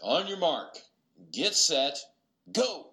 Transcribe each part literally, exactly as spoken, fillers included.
On your mark, get set, go!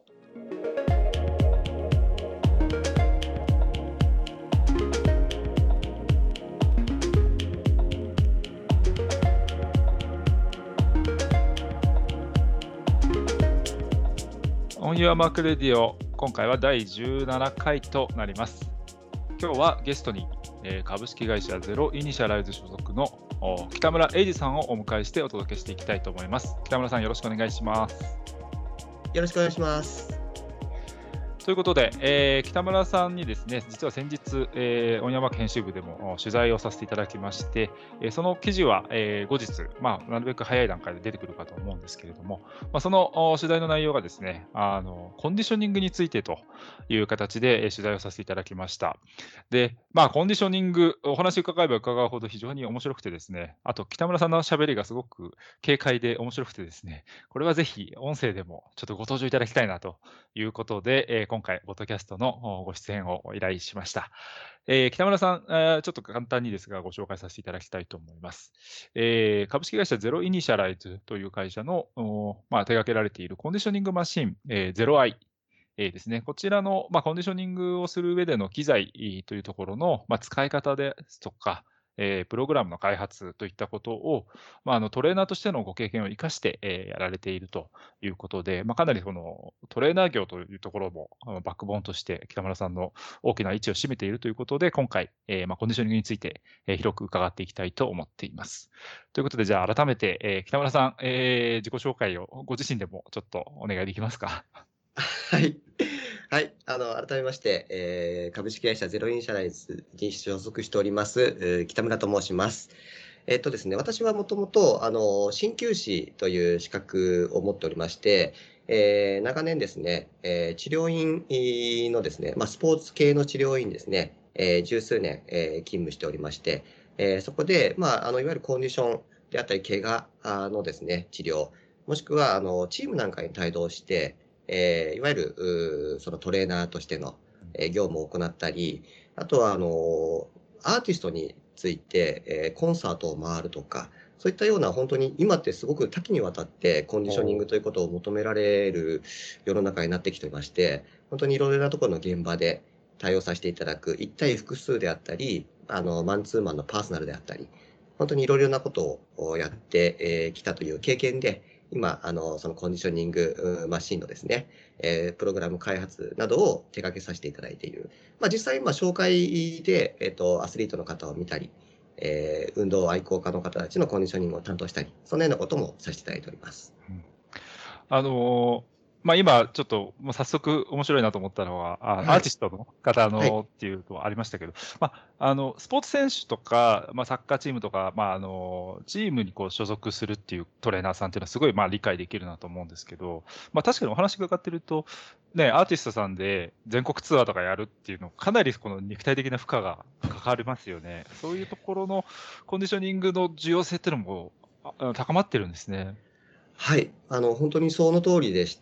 オンユアマークレディオ、今回はだいじゅうななかいとなります。今日はゲストに、えー株式会社ゼロイニシャライズ所属のお北村英二さんをお迎えしてお届けしていきたいと思います。北村さん、よろしくお願いします。 よろしくお願いします。 ということで、えー北村さんにですね、実は先日、えー、オンヤマーク編集部でもお取材をさせていただきまして、えーその記事は、えー後日、まあ、なるべく早い段階で出てくるかと思うんですけれども、まあ、そのお取材の内容がですね、あのコンディショニングについてという形で、えー取材をさせていただきました。で、まあ、コンディショニング、お話伺えば伺うほど非常に面白くてですね、あと北村さんの喋りがすごく軽快で面白くてですね、これはぜひ音声でもちょっとご登場いただきたいなということで、えー今回、ポッドキャストのおご出演を依頼しました。えー北村さん、えーちょっと簡単にですがご紹介させていただきたいと思います。えー株式会社ゼロイニシャライズという会社の、おまあ、手掛けられているコンディショニングマシン、えー、ゼロアイ。えーですね、こちらの、まあ、コンディショニングをする上での機材えーというところの、まあ、使い方ですとか、えープログラムの開発といったことを、まあ、あのトレーナーとしてのご経験を生かして、えーやられているということで、まあ、かなりこのトレーナー業というところもあのバックボーンとして北村さんの大きな位置を占めているということで、今回、えーまあ、コンディショニングについて、えー広く伺っていきたいと思っています。ということで、じゃあ改めて、えー北村さん、えー自己紹介をご自身でもちょっとお願いできますか。 はい。はい。あの、改めまして、えー株式会社ゼロイニシャライズに所属しております、えー北村と申します。えっとですね、私はもともと、あの、鍼灸師という資格を持っておりまして、えー長年ですね、えー治療院のですね、まあ、スポーツ系の治療院ですね、えー十数年、えー勤務しておりまして、えーそこで、まあ、あの、いわゆるコンディションであったり、怪我あのですね、治療、もしくは、あの、チームなんかに帯同して、えーいわゆる、うーそのトレーナーとしての、えー業務を行ったり、あとは、あの、アーティストについて、えーコンサートを回るとか、そういったような本当に今ってすごく多岐にわたってコンディショニングということを求められる世の中になってきていまして、本当にいろいろなところの現場で対応させていただく、一対複数であったり、あの、マンツーマンのパーソナルであったり、本当にいろいろなことをやってき、えー来たという経験で、今、あの、そのコンディショニングうマシンのですね、えープログラム開発などを手掛けさせていただいている。まあ、実際今、紹介で、えっと、アスリートの方を見たり、えー運動愛好家の方たちのコンディショニングを担当したり、そんなようなこともさせていただいております。 あのーまあ、今、ちょっともう早速面白いなと思ったのは、あはいアーティストの方はいのっていうのはありましたけど、まあ、あのスポーツ選手とか、まあ、サッカーチームとか、まあ、あのチームにこう所属するっていうトレーナーさんっていうのはすごいまあ理解できるなと思うんですけど、まあ、確かにお話伺ってると、ね、アーティストさんで全国ツアーとかやるっていうの、かなりこの肉体的な負荷がかかりますよね。そういうところのコンディショニングの重要性っていうのもあ高まってるんですね。 はい。あの、本当にその通りでして、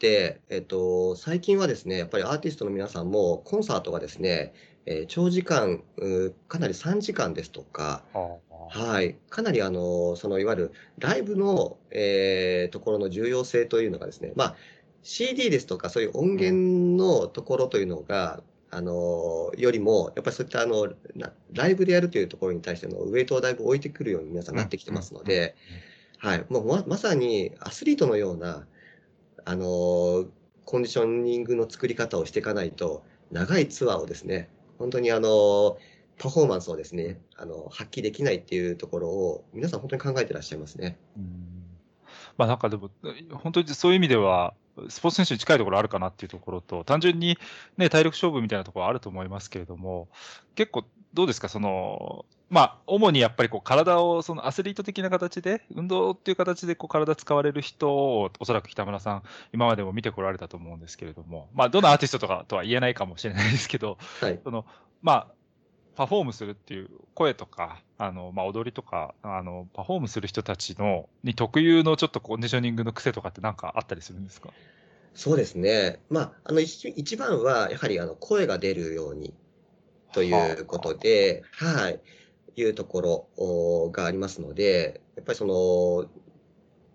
えっと、最近はですね、やっぱりアーティストの皆さんもコンサートがですね、えー長時間、うーかなりさんじかんですとか、 はあはい。かなりあの、そのいわゆるライブの、えーところの重要性というのがですね、まあ、シーディー ですとかそういう音源のところというのが、あの、よりも、やっぱりそういったあの、なライブでやるというところに対してのウェイトをだいぶ置いてくるように皆さんなってきてますので、はい。もうま、まさにアスリートのような、あのーコンディショニングの作り方をしていかないと、長いツアーをですね、本当にあのーパフォーマンスをですね、あの、発揮できないっていうところを、皆さん本当に考えてらっしゃいますね。 うんまあなんかでも、本当にそういう意味では、スポーツ選手に近いところあるかなっていうところと、単純にね、体力勝負みたいなところはあると思いますけれども、結構どうですか、その、まあ、主にやっぱりこう体を、そのアスリート的な形で、運動っていう形でこう体使われる人を、おそらく北村さん、今までも見てこられたと思うんですけれども、まあ、どのアーティストとかとは言えないかもしれないですけど、 はい。 その、まあ、パフォームするっていう声とか、あの、まあ、踊りとか、あの、パフォームする人たちの、に特有のちょっとコンディショニングの癖とかってなんかあったりするんですか？ そうですね。まあ、あの、一一番は、やはりあの、声が出るようにとはいうことで、はい、いうところおがありますので、やっぱりその、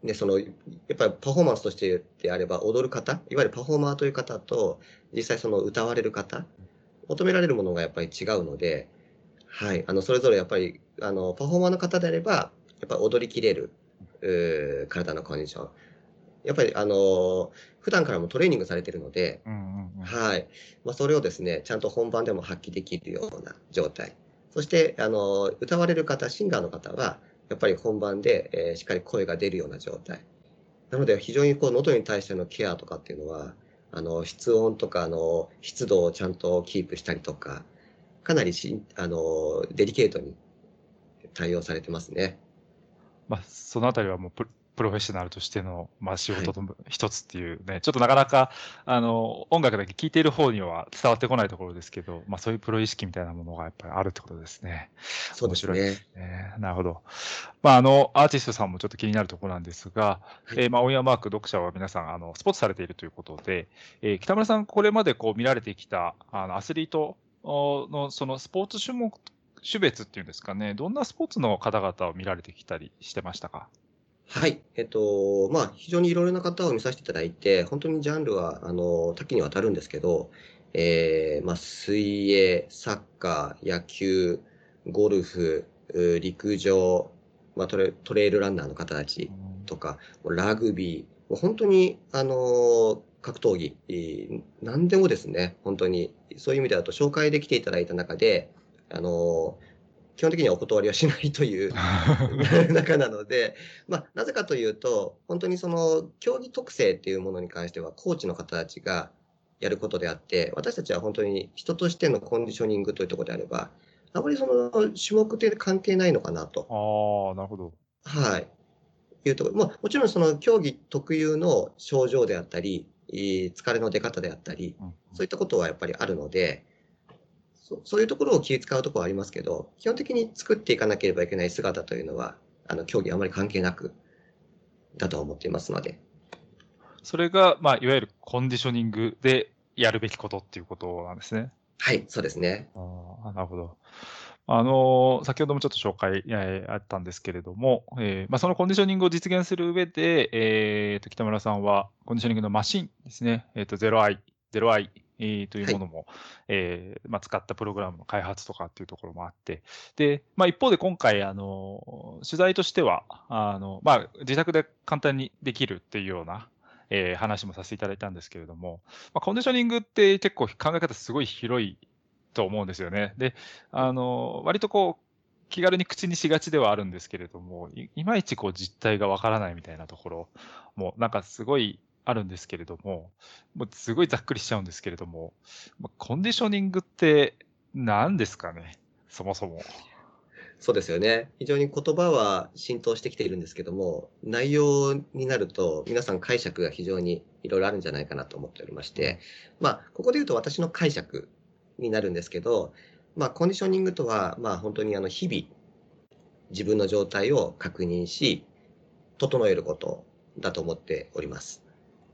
ね、その、やっぱりパフォーマンスとしてであれば、踊る方、いわゆるパフォーマーという方と、実際その歌われる方、求められるものがやっぱり違うので、はい、あの、それぞれやっぱり、あの、パフォーマーの方であれば、やっぱり踊りきれる、うー体のコンディション。やっぱり、あの、普段からもトレーニングされているので、 うんうんうん、 はい。まあ、それをですね、ちゃんと本番でも発揮できるような状態。そして、あの、歌われる方、シンガーの方は、やっぱり本番で、えーしっかり声が出るような状態。なので、非常にこう、喉に対してのケアとかっていうのは、あの、室温とか、あの、湿度をちゃんとキープしたりとか、かなりし、あの、デリケートに対応されてますね。 まあ、そのあたりはもうププロフェッショナルとしての、まあ、仕はい。 事の一つっていうね、ちょっとなかなかあの音楽だけ聴いている方には伝わってこないところですけど、まあ、そういうプロ意識みたいなものがやっぱりあるってことですね。 そう面白いでですね。 すね。なるほど。まあ、あのアーティストさんもちょっと気になるところなんですが、 はい。 えーまあ、オンエアマーク読者は皆さんあのスポーツされているということで、えー北村さん、これまでこう見られてきたあのアスリートおのそのスポーツ種目種別っていうんですかね、どんなスポーツの方々を見られてきたりしてましたか？ はい。えっと、まあ、非常にいろいろな方を見させていただいて、本当にジャンルは、あの、多岐にわたるんですけど、えーまあ、水泳、サッカー、野球、ゴルフ、うー陸上、まあ、トレ、トレイルランナーの方たちうんとか、ラグビー、もう本当に、あの、格闘技、えー何でもですね、本当に、そういう意味でだと紹介できていただいた中で、あの、基本的にはお断りはしないという中なので、まあ、なぜかというと、本当にその競技特性っていうものに関しては、コーチの方たちがやることであって、私たちは本当に人としてのコンディショニングというところであれば、あまりその種目って関係ないのかなと。 ああ、なるほど。 はい。いうところ。まあ、もちろんその競技特有の症状であったり、い疲れの出方であったり、 うんうんそういったことはやっぱりあるので、そそういうところを気遣うところはありますけど、基本的に作っていかなければいけない姿というのは、あの、競技あまり関係なく、だと思っていますので。 それが、まあ、いわゆるコンディショニングでやるべきことっていうことなんですね。 はい、そうですね。 ああ、なるほど。あの、先ほどもちょっと紹介、えーあったんですけれども、えーまあ、そのコンディショニングを実現する上で、えーと、北村さんはコンディショニングのマシンですね、えっと、ゼロアイ、ゼロアイ、えーというはい。 ものも、えーまあ、使ったプログラムの開発とかっていうところもあって、で、まあ、一方で今回、あの、取材としては、あの、まあ、自宅で簡単にできるっていうような、えー話もさせていただいたんですけれども、まあ、コンディショニングって結構考え方すごい広いと思うんですよね。で、あの、割とこう、気軽に口にしがちではあるんですけれども、いいまいちこう実態がわからないみたいなところも、なんかすごいあるんですけれども、もうすごいざっくりしちゃうんですけれども、ま、コンディショニングって何ですかね？そもそも。 そうですよね。非常に言葉は浸透してきているんですけども、内容になると皆さん解釈が非常にいろいろあるんじゃないかなと思っておりましうん。 て、まあ、ここで言うと私の解釈になるんですけど、まあ、コンディショニングとは、まあ、本当にあの、日々自分の状態を確認し、整えることだと思っております。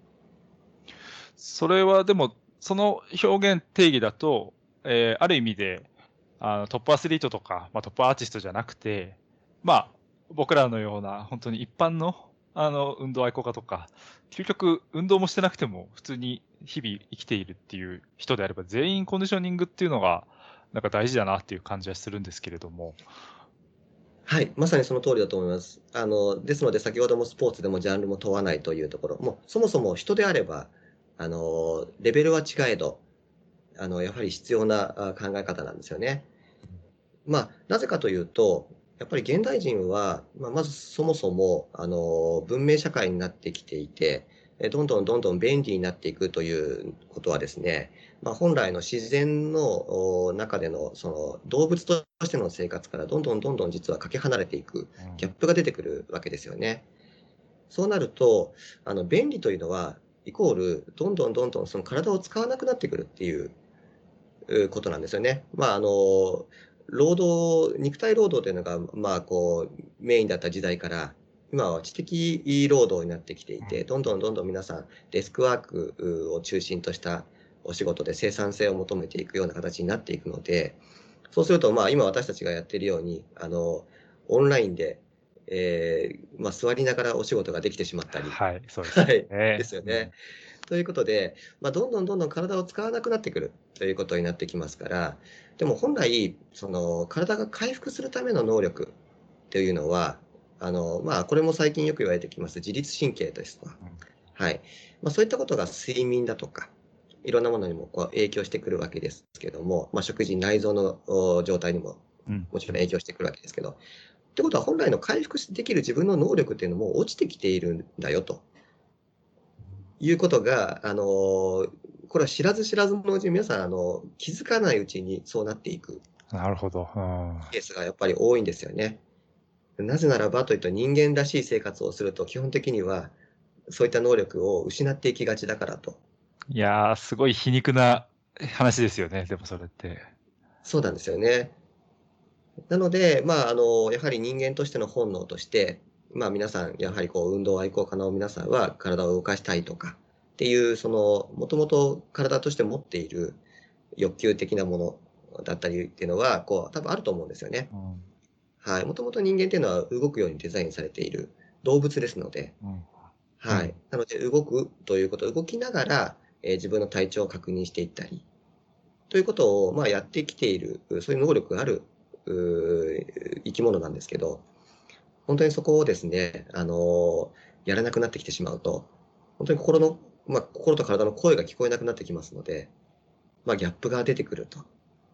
それはでも、その表現定義だと、えーある意味で、あの、トップアスリートとか、まあ、トップアーティストじゃなくて、まあ、僕らのような本当に一般の、あの、運動愛好家とか、究極運動もしてなくても普通に日々生きているっていう人であれば、全員コンディショニングっていうのが、なんか大事だなっていう感じはするんですけれども。 はい、まさにその通りだと思います。あの、ですので先ほどもスポーツでもジャンルも問わないというところ、もうそもそも人であれば、あの、レベルは違えど、あの、やはり必要なあ考え方なんですよね。まあ、なぜかというと、やっぱり現代人は、まあ、まずそもそも、あの、文明社会になってきていて、えどんどんどんどん便利になっていくということはですね、まあ、本来の自然のお中での、その動物としての生活からどんどんどんどん実はかけ離れていくうん。 ギャップが出てくるわけですよね。そうなると、あの、便利というのは、イコール、どんどんどんどんその体を使わなくなってくるっていううことなんですよね。まあ、あの、労働、肉体労働というのが、まあ、こう、メインだった時代から、今は知的労働になってきていて、どんどんどんどん皆さん、デスクワークを中心としたお仕事で生産性を求めていくような形になっていくので、そうすると、まあ、今私たちがやっているように、あの、オンラインで、 えーまあ、座りながらお仕事ができてしまったり、 はい、そうですはい、 ね。 ですよね。ということで、まあ、どんどんどんどん体を使わなくなってくるということになってきますから、でも本来、その体が回復するための能力というのは、あのまあ、これも最近よく言われてきます自律神経ですとか、 うんはいまあ、そういったことが睡眠だとか、いろんなものにもこう影響してくるわけですけども、まあ、食事、内臓のお状態にもうんもちろん影響してくるわけですけど、ってことは本来の回復できる自分の能力っていうのも落ちてきているんだよということが、あのこれは知らず知らずのうちに皆さんあの気づかないうちにそうなっていくなるほど。うんケースがやっぱり多いんですよね。なぜならばというと、人間らしい生活をすると基本的にはそういった能力を失っていきがちだからと。 いやー、すごい皮肉な話ですよね、でもそれって。 そうなんですよね。なので、まあ、あの、やはり人間としての本能として、まあ、皆さん、やはりこう、運動愛好家の皆さんは体を動かしたいとかっていう、その、もともと体として持っている欲求的なものだったりっていうのは、こう、多分あると思うんですよね。 うんはい。もともと人間っていうのは動くようにデザインされている動物ですので、 うんはい。 うんなので、動くということ、動きながら、えー自分の体調を確認していったり、ということを、まあ、やってきている、そういう能力があるうー生き物なんですけど、本当にそこをですね、あのーやらなくなってきてしまうと、本当に心の、まあ、心と体の声が聞こえなくなってきますので、まあ、ギャップが出てくると。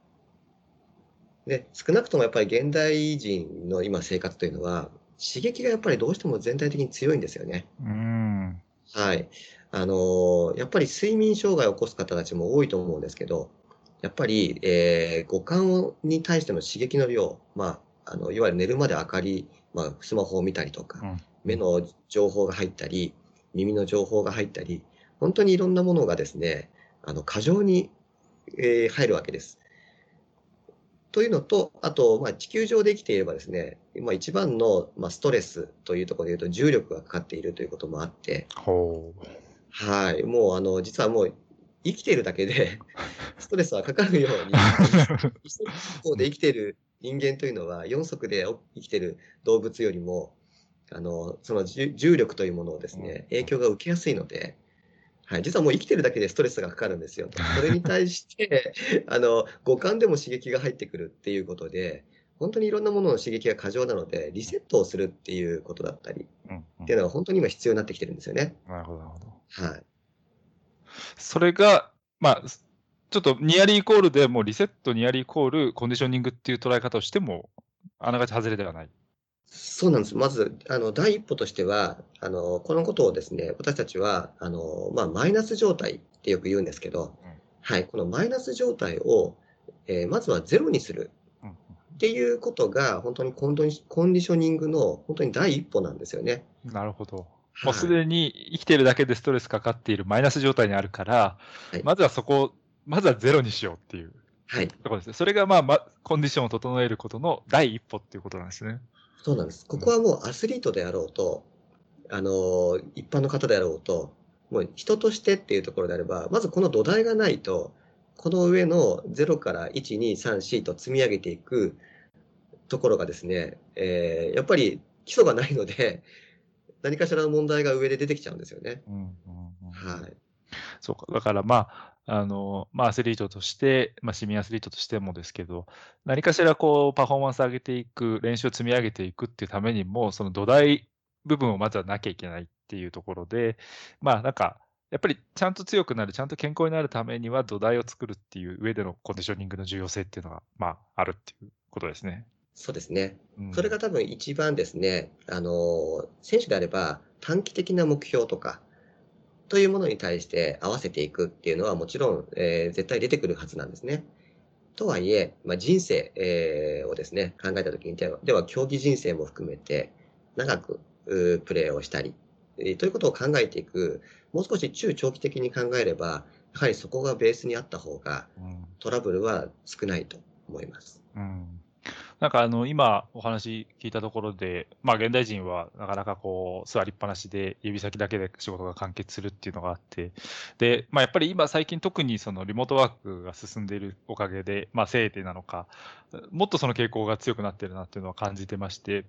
で、少なくともやっぱり現代人の今生活というのは、刺激がやっぱりどうしても全体的に強いんですよね。 うんはい。あのーやっぱり睡眠障害を起こす方たちも多いと思うんですけど、やっぱり、えー五感に対しての刺激の量、まあ、あの、いわゆる寝るまで明かり、まあ、スマホを見たりとか、 うん目の情報が入ったり、耳の情報が入ったり、本当にいろんなものがですね、あの、過剰に、えー入るわけです。というのと、あと、まあ、地球上で生きていればですね、まあ、一番の、まあ、ストレスというところで言うと、重力がかかっているということもあって、 ほう。 はい。もう、あの、実はもう、生きているだけで、ストレスはかかるように、まあ、一一方で生きている人間というのは、四足で生きている動物よりも、あの、その重重力というものをですね、影響が受けやすいので、はい。実はもう生きてるだけでストレスがかかるんですよと。それに対して、あの、五感でも刺激が入ってくるっていうことで、本当にいろんなものの刺激が過剰なので、リセットをするっていうことだったり、 うんうんっていうのが本当に今必要になってきてるんですよね。 なるほど、なるほど。 はい。 それが、まあ、すちょっとニアリーイコールでもうリセットニアリーイコールコンディショニングっていう捉え方をしても、あながち外れではない。 そうなんです。まず、あの、第一歩としては、あの、このことをですね、私たちは、あの、まあ、マイナス状態ってよく言うんですけど、 うんはい、このマイナス状態を、えーまずはゼロにするうんっていうことが、本当にコンドニコンディショニングの本当に第一歩なんですよね。 なるほど。もうすはい。 でに生きているだけでストレスかかっているマイナス状態にあるから、 はい。 まずはそこを、まずはゼロにしようっていうはい。 ところですね。それが、まあ、ま、コンディションを整えることの第一歩っていうことなんですね。 そうなんです。ここはもうアスリートであろうと、あの、一般の方であろうと、もう人としてっていうところであれば、まずこの土台がないと、この上のゼロからいち、に、さん、よんと積み上げていくところがですね、えーやっぱり基礎がないので、何かしらの問題が上で出てきちゃうんですよね。 うんうんうんはい。 そうか。だから、まあ、あの、まあ、アスリートとして、まあ、市民アスリートとしてもですけど、何かしらこう、パフォーマンス上げていく、練習を積み上げていくっていうためにも、その土台部分をまずはなきゃいけないっていうところで、まあ、なんか、やっぱりちゃんと強くなる、ちゃんと健康になるためには土台を作るっていう上でのコンディショニングの重要性っていうのが、まあ、あるっていうことですね。 そうですね。 うん。 それが多分一番ですね、あの、選手であれば短期的な目標とか、というものに対して合わせていくっていうのはもちろん、えー絶対出てくるはずなんですね。とはいえ、まあ、人生、えーをですね、考えたときに、では、では競技人生も含めて、長くうープレーをしたり、えーということを考えていく、もう少し中長期的に考えれば、やはりそこがベースにあった方が、 うん。 トラブルは少ないと思います。 うん。なんかあの、今お話聞いたところで、まあ現代人はなかなかこう、座りっぱなしで指先だけで仕事が完結するっていうのがあって、で、まあやっぱり今最近特にそのリモートワークが進んでいるおかげで、まあせいていなのか、もっとその傾向が強くなってるなっていうのは感じてまして、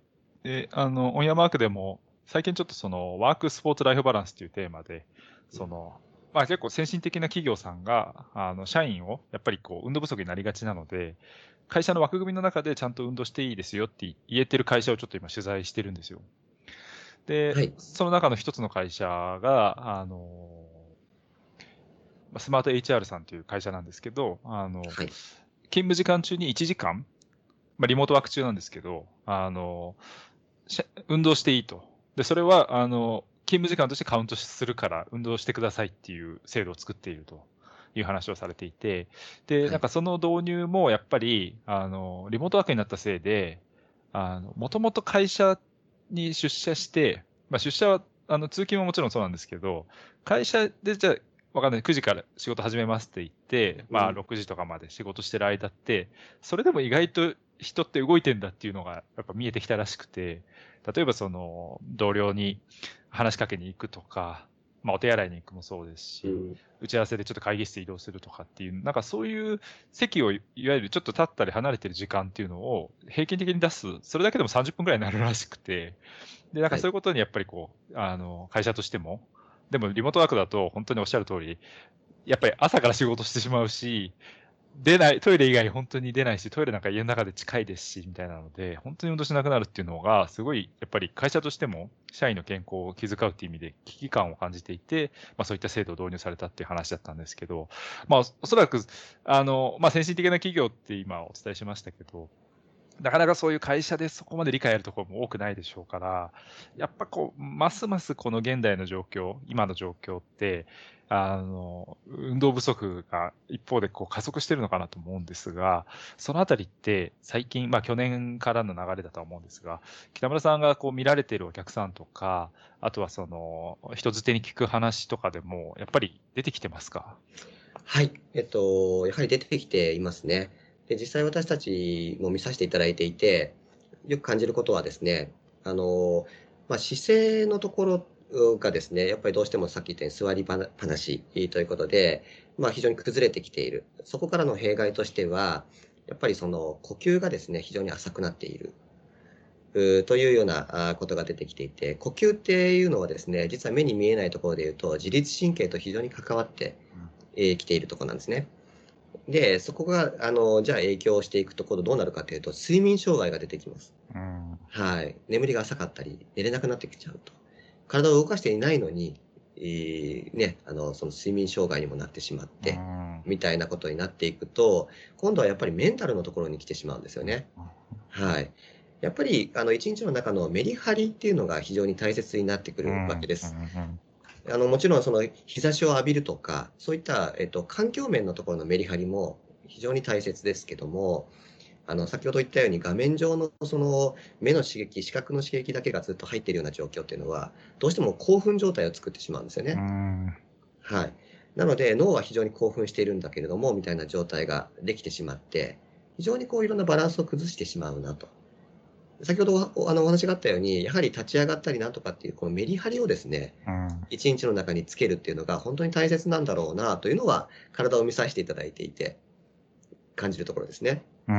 で、あの、オンヤマークでも、最近ちょっとその、ワークスポーツライフバランスというテーマで、その、まあ結構先進的な企業さんが、あの、社員を、やっぱりこう、運動不足になりがちなので、会社の枠組みの中でちゃんと運動していいですよって言えてる会社をちょっと今取材してるんですよ。で、 はい。 その中の一つの会社が、あの、まあスマート エイチアール さんという会社なんですけど、あの、 はい。 勤務時間中にいちじかん、まあリモートワーク中なんですけど、あの、しゃ運動していいと。で、それは、あの、勤務時間としてカウントするから運動してくださいっていう制度を作っているという話をされていて、で、 はいなんかその導入もやっぱり、あの、リモートワークになったせいで、あの、もともと会社に出社して、まあ出社は、あの、通勤ももちろんそうなんですけど、会社でじゃあ、わかんない、くじから仕事始めますって言って、まあうんろくじとかまで仕事してる間って、それでも意外と人って動いてんだっていうのがやっぱ見えてきたらしくて、例えばその同僚に話しかけに行くとか、まあ、お手洗いに行くもそうですし、 うん打ち合わせでちょっと会議室移動するとかっていう、なんかそういう席をいわゆるちょっと立ったり離れてる時間っていうのを平均的に出す、それだけでもさんじゅっぷんくらいになるらしくて、で、なんかはいそういうことにやっぱりこう、あの、会社としても、でもリモートワークだと本当におっしゃる通り、やっぱり朝から仕事してしまうし、出ない、トイレ以外に本当に出ないし、トイレなんか家の中で近いですし、みたいなので、本当に運動しなくなるっていうのが、すごい、やっぱり会社としても、社員の健康を気遣うっていう意味で危機感を感じていて、まあそういった制度を導入されたっていう話だったんですけど、まあおそらく、あの、まあ先進的な企業って今お伝えしましたけど、なかなかそういう会社でそこまで理解あるところも多くないでしょうから、やっぱこう、ますますこの現代の状況、今の状況って、あの、運動不足が一方でこう加速してるのかなと思うんですが、そのあたりって最近、まあ去年からの流れだとは思うんですが、北村さんがこう見られているお客さんとか、あとはその人づてに聞く話とかでも、やっぱり出てきてますか？ はい。えっと、やはり出てきていますね。で、実際私たちも見させていただいていて、よく感じることはですね、あの、まあ、姿勢のところがですね、やっぱりどうしてもさっき言ったように座りっぱなしということで、まあ、非常に崩れてきている。そこからの弊害としては、やっぱりその呼吸がですね、非常に浅くなっている。うーというようなあことが出てきていて、呼吸っていうのはですね、実は目に見えないところで言うと、自律神経と非常に関わってえー来ているところなんですね。で、そこが、あの、じゃあ影響していくところどうなるかというと、睡眠障害が出てきます。 うん。 はい。眠りが浅かったり、寝れなくなってきちゃうと。体を動かしていないのに、えーね、あの、その睡眠障害にもなってしまっうて、 ん。 みたいなことになっていくと、今度はやっぱりメンタルのところに来てしまうんですよね。はい。やっぱり、あの、一日の中のメリハリっていうのが非常に大切になってくるわけです。あの、もちろんその日差しを浴びるとか、そういった、えっと、環境面のところのメリハリも非常に大切ですけども、あの、先ほど言ったように画面上のその目の刺激、視覚の刺激だけがずっと入っているような状況っていうのは、どうしても興奮状態を作ってしまうんですようね。 ん。 はい。なので、脳は非常に興奮しているんだけれども、みたいな状態ができてしまって、非常にこういろんなバランスを崩してしまうなと。先ほどおあのお話があったように、やはり立ち上がったりなんとかっていうこのメリハリをですね、 うん一日の中につけるっていうのが本当に大切なんだろうなというのは、体を見させていただいていて、感じるところですね。 うん。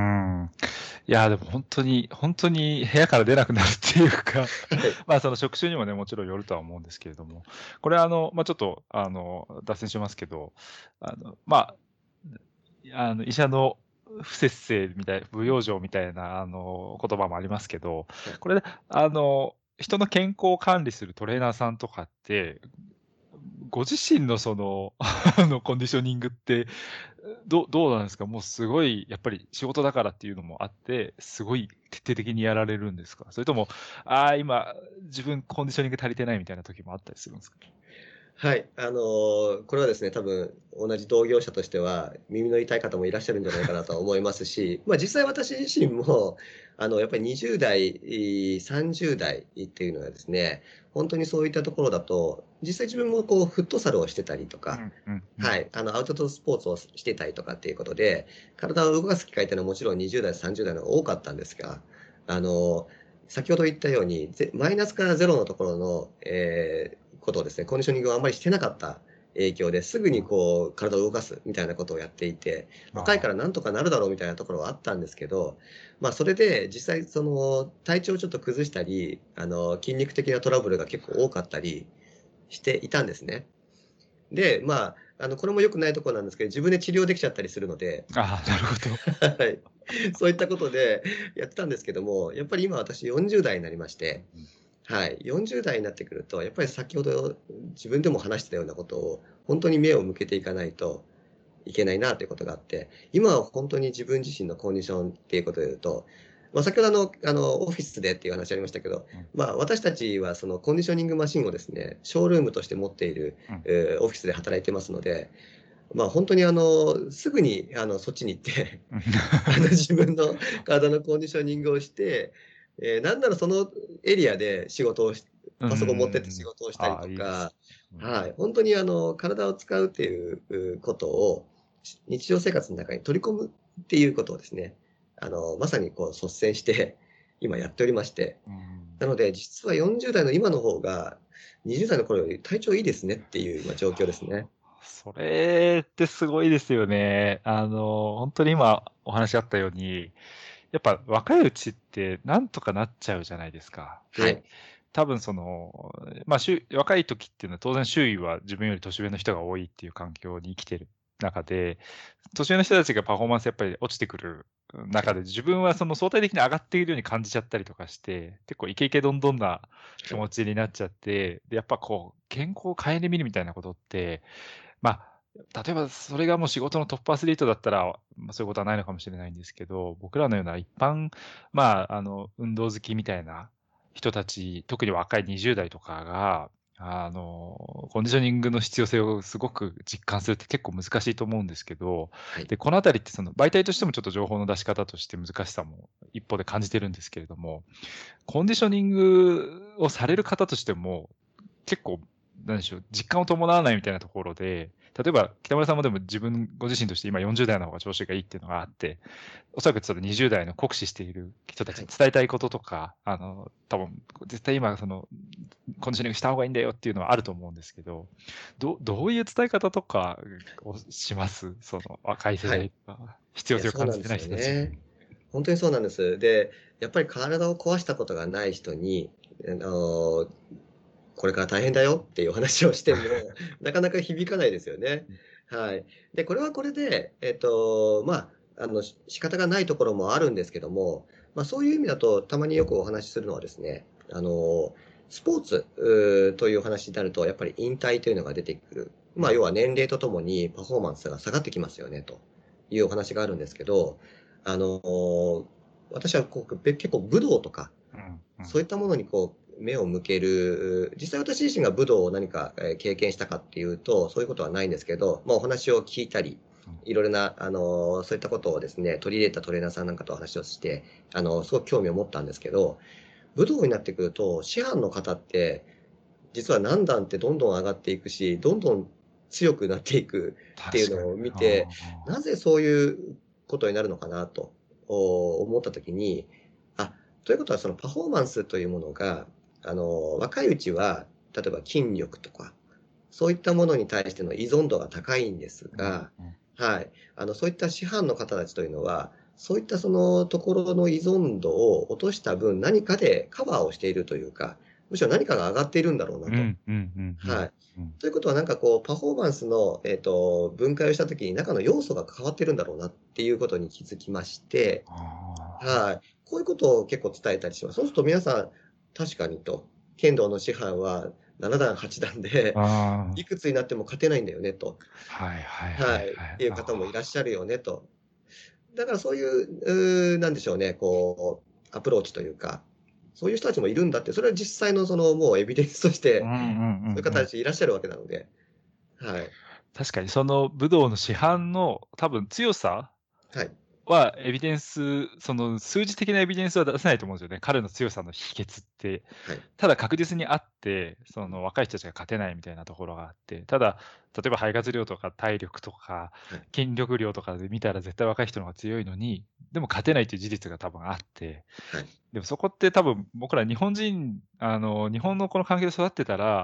いや、でも本当に、本当に部屋から出なくなるっていうか、 はい。 まあその職種にもね、もちろんよるとは思うんですけれども、これあの、まあちょっと、あの、脱線しますけど、あの、まあ、あの、医者の不摂生みたい、不養生みたいな、あの、言葉もありますけど、 はいこれ、あの、人の健康を管理するトレーナーさんとかって、ご自身のその、あの、コンディショニングって、どどうなんですか？もうすごい、やっぱり仕事だからっていうのもあって、すごい徹底的にやられるんですか？それとも、ああ、今、自分コンディショニング足りてないみたいな時もあったりするんですか？ はい。あの、これはですね、多分同じ同業者としては、耳の痛い方もいらっしゃるんじゃないかなとは思いますし、まあ、実際私自身も、あの、やっぱりにじゅう代、さんじゅう代っていうのはですね、本当にそういったところだと、実際自分もこうフットサルをしてたりとうか、 んうんうん。 はい、あの、アウトドアスポーツをしてたりとかっていうことで、体を動かす機会っていうのはもちろんにじゅう代、さんじゅう代の方が多かったんですが、あの、先ほど言ったように、ぜマイナスからゼロのところの、えーことをですね、コンディショニングをあんまりしてなかった影響ですぐにこう体を動かすみたいなことをやっていて、若いからなんとかなるだろうみたいなところはあったんですけど、まあそれで実際その体調をちょっと崩したり、あの筋肉的なトラブルが結構多かったりしていたんですね。で、まあ、あのこれも良くないところなんですけど、自分で治療できちゃったりするので、 ああ、なるほど。 はい、そういったことでやってたんですけども、やっぱり今私よんじゅう代になりまして、はい、よんじゅう代になってくると、やっぱり先ほど自分でも話してたようなことを、本当に目を向けていかないといけないなということがあって、今は本当に自分自身のコンディションっていうことで言うと、まあ、先ほどあの、あの、オフィスでっていう話ありましたけど、 うんまあ、私たちはそのコンディショニングマシンをですね、ショールームとして持っている、 うんえーオフィスで働いてますので、まあ、本当にあの、すぐにあの、そっちに行ってうんあの、自分の体のコンディショニングをして、えーなんならそのエリアで仕事をしパソコン持ってって仕事をしたりああ、 といいです。 か、 うんはい、本当にあの、体を使うっていううことを、し日常生活の中に取り込むっていうことをですね、あの、まさにこう率先して今やっておりまして、 うんなので実はよんじゅう代の今の方が、にじゅう代の頃より体調いいですねっていう今状況ですね。 それってすごいですよね。あの、本当に今お話あったように、やっぱ若いうちってなんとかなっちゃうじゃないですか。で、 はい。 多分その、まあ、しゅ若い時っていうのは当然周囲は自分より年上の人が多いっていう環境に生きてる中で、年上の人たちがパフォーマンスやっぱり落ちてくる中で、自分はその相対的に上がっているように感じちゃったりとかして、結構イケイケどんどんな気持ちになっちゃって、で、やっぱこう、健康を顧みるみたいなことって、まあ、例えばそれがもう仕事のトップアスリートだったら、まあ、そういうことはないのかもしれないんですけど、僕らのような一般、まあ、あの、運動好きみたいな人たち、特に若いにじゅう代とかが、あの、コンディショニングの必要性をすごく実感するって結構難しいと思うんですけど、 はい。 で、このあたりってその媒体としてもちょっと情報の出し方として難しさも一方で感じてるんですけれども、コンディショニングをされる方としても、結構、なんでしょう、実感を伴わないみたいなところで、例えば北村さんもでも自分ご自身として今よんじゅう代の方が調子がいいっていうのがあって、おそらくそのにじゅう代の酷使している人たちに伝えたいこととか、あの、多分絶対今その、コンディショニングした方がいいんだよっていうのはあると思うんですけど、どどういう伝え方とかをしますその若い世代とか、必要いや、 性を感そうなんですよじてない人たちに。 ね。本当にそうなんです。で、やっぱり体を壊したことがない人に、あの、これから大変だよっていう話をしても、なかなか響かないですよね。はい。で、これはこれで、えっと、まあ、あの、し仕方がないところもあるんですけども、まあ、そういう意味だと、たまによくお話しするのはですね、あの、スポーツうーというお話になると、やっぱり引退というのが出てくる。まあ、要は年齢とともにパフォーマンスが下がってきますよね、というお話があるんですけど、あの、私はこうべ結構武道とか、 うんうんそういったものにこう目を向ける、実際私自身が武道を何かえー経験したかっていうと、そういうことはないんですけど、まあお話を聞いたりうん、 いろいろな、あの、そういったことをですね、取り入れたトレーナーさんなんかと話をして、あの、すごく興味を持ったんですけど、武道になってくると、師範の方って、実は何段ってどんどん上がっていくし、どんどん強くなっていくっていう確かに。 のを見て、 あーなぜそういうことになるのかなとお思ったときに、あ、ということはそのパフォーマンスというものが、あの、若いうちは、例えば筋力とか、そういったものに対しての依存度が高いんですが、 うんうんはい。あの、そういった師範の方たちというのは、そういったそのところの依存度を落とした分、何かでカバーをしているというか、むしろ何かが上がっているんだろうなと。 うんうんうんうんはい。 うんということはなんかこう、パフォーマンスの、えっと、分解をしたときに中の要素が変わってるんだろうなっていうことに気づきまして、 あはい。こういうことを結構伝えたりします。そうすると皆さん、確かにと、剣道の師範はなな段、はち段で、 ーあいくつになっても勝てないんだよねと。 ー、はいはいはいはい。 はい。 っていう方もいらっしゃるよねと。だからそういう、うーなんでしょうね、こう、アプローチというか、そういう人たちもいるんだって、それは実際のそのもうエビデンスとしうんて、 うんうんそういう方たちいらっしゃるわけなので、はい。 確かにその武道の市販の多分強さはい。 はエビデンス、その数字的なエビデンスは出せないと思うんですよね。彼の強さの秘訣って。 はい。 ただ確実にあって、その若い人たちが勝てないみたいなところがあって、ただ、例えば肺活量とか体力とかはい。 筋力量とかで見たら絶対若い人の方が強いのに、でも勝てないという事実が多分あって、 はい。 でもそこって多分僕ら日本人、あの、日本のこの環境で育ってたら、